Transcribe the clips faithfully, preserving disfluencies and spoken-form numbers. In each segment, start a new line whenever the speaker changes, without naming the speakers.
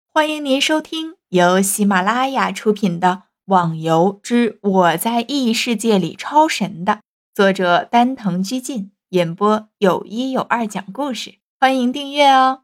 欢迎您收听由喜马拉雅出品的《网游之我在异世界里超神》的作者丹藤居进演播，有一有二讲故事，欢迎订阅哦。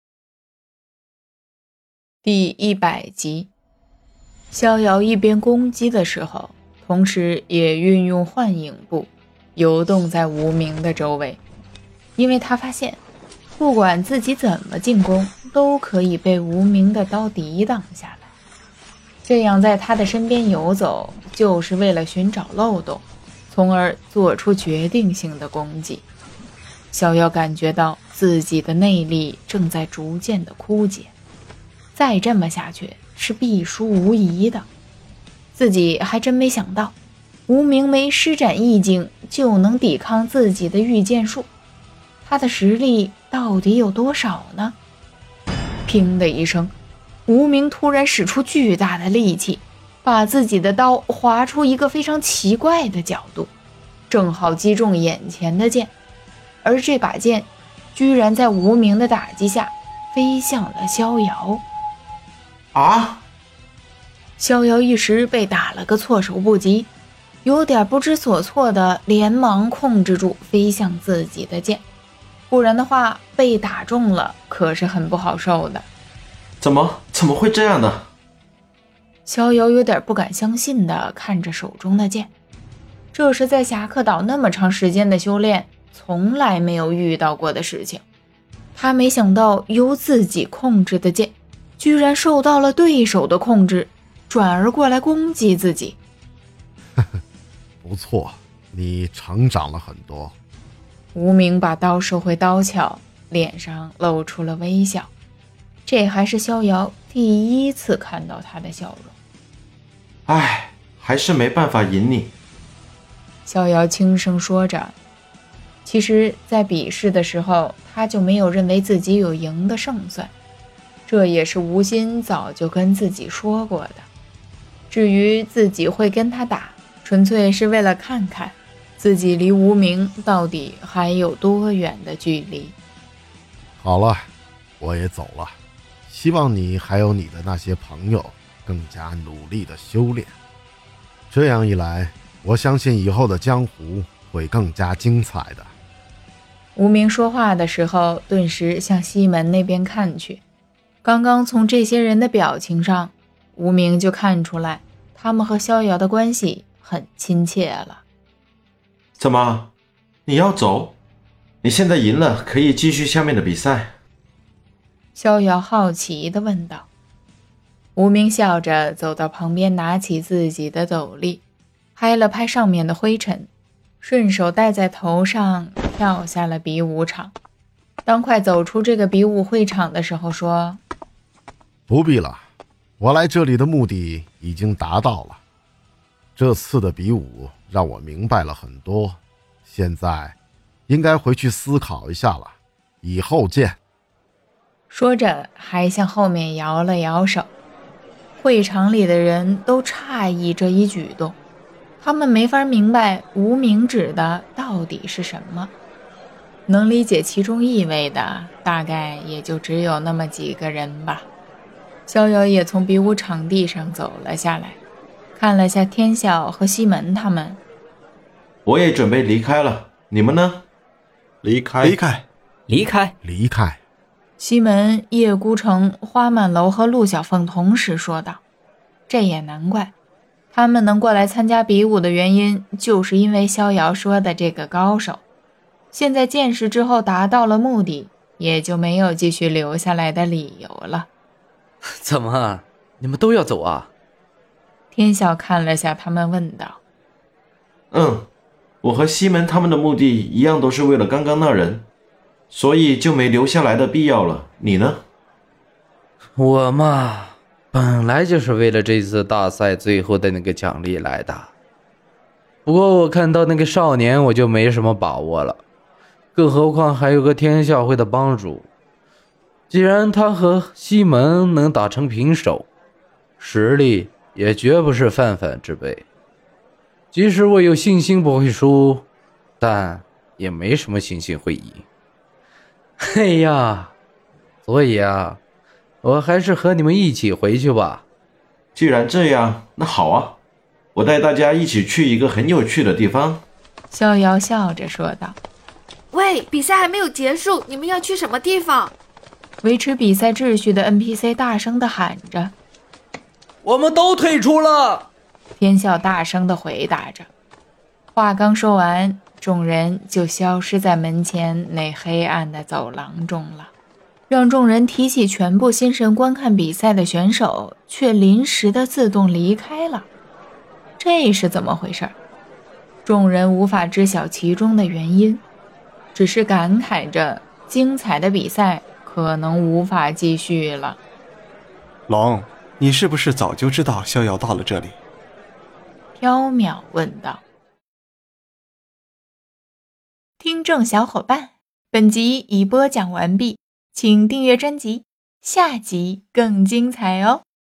第一百集，逍遥一边攻击的时候，同时也运用幻影步游动在无名的周围，因为他发现不管自己怎么进攻，都可以被无名的刀抵挡下来。这样在他的身边游走，就是为了寻找漏洞，从而做出决定性的攻击。逍遥感觉到自己的内力正在逐渐的枯竭，再这么下去是必输无疑的。自己还真没想到，无名没施展意境就能抵抗自己的御剑术，他的实力到底有多少呢？砰的一声，无名突然使出巨大的力气，把自己的刀划出一个非常奇怪的角度，正好击中眼前的剑，而这把剑居然在无名的打击下飞向了逍遥。
啊！
逍遥一时被打了个措手不及，有点不知所措的连忙控制住飞向自己的剑，不然的话被打中了可是很不好受的。
怎么怎么会这样呢？
逍遥有点不敢相信地看着手中的剑，这是在侠客岛那么长时间的修炼从来没有遇到过的事情。他没想到由自己控制的剑居然受到了对手的控制，转而过来攻击自己。
不错，你成长了很多。
无名把刀收回刀鞘，脸上露出了微笑，这还是逍遥第一次看到他的笑容。
唉，还是没办法赢你。
逍遥轻声说着，其实在比试的时候他就没有认为自己有赢的胜算，这也是吴昕早就跟自己说过的。至于自己会跟他打，纯粹是为了看看自己离无名到底还有多远的距离。
好了，我也走了，希望你还有你的那些朋友更加努力的修炼，这样一来，我相信以后的江湖会更加精彩的。
无名说话的时候顿时向西门那边看去，刚刚从这些人的表情上，无名就看出来他们和逍遥的关系很亲切了。
怎么，你要走？你现在赢了，可以继续下面的比赛。
逍遥好奇地问道。无名笑着走到旁边，拿起自己的斗笠，拍了拍上面的灰尘，顺手戴在头上，跳下了比武场。当快走出这个比武会场的时候说，
不必了，我来这里的目的已经达到了。这次的比武让我明白了很多，现在应该回去思考一下了，以后见。
说着还向后面摇了摇手。会场里的人都诧异这一举动，他们没法明白无名指的到底是什么，能理解其中意味的大概也就只有那么几个人吧。逍遥也从比武场地上走了下来，看了下天笑和西门他们。
我也准备离开了，你们呢？
离开
离开
离开
离开。
西门、叶孤城、花满楼和陆小凤同时说道。这也难怪，他们能过来参加比武的原因就是因为逍遥说的这个高手，现在见识之后达到了目的，也就没有继续留下来的理由了。
怎么，你们都要走啊？
天笑看了下他们问道。
嗯，我和西门他们的目的一样，都是为了刚刚那人，所以就没留下来的必要了。你呢？
我嘛，本来就是为了这次大赛最后的那个奖励来的，不过我看到那个少年我就没什么把握了，更何况还有个天笑会的帮助。既然他和西门能打成平手，实力也绝不是泛泛之辈。即使我有信心不会输，但也没什么信心会赢。嘿呀，所以啊， 我还是和你们一起回去吧。
既然这样，那好啊，我带大家一起去一个很有趣的地方。
逍遥笑着说道。
喂，比赛还没有结束，你们要去什么地方？
维持比赛秩序的 N P C 大声地喊着。
我们都退出了。
天笑大声地回答着。话刚说完，众人就消失在门前那黑暗的走廊中了。让众人提起全部心神观看比赛的选手却临时的自动离开了，这是怎么回事？众人无法知晓其中的原因，只是感慨着精彩的比赛可能无法继续了。
龙，你是不是早就知道逍遥到了这里？
缥缈问道。听众小伙伴，本集已播讲完毕，请订阅专辑，下集更精彩哦。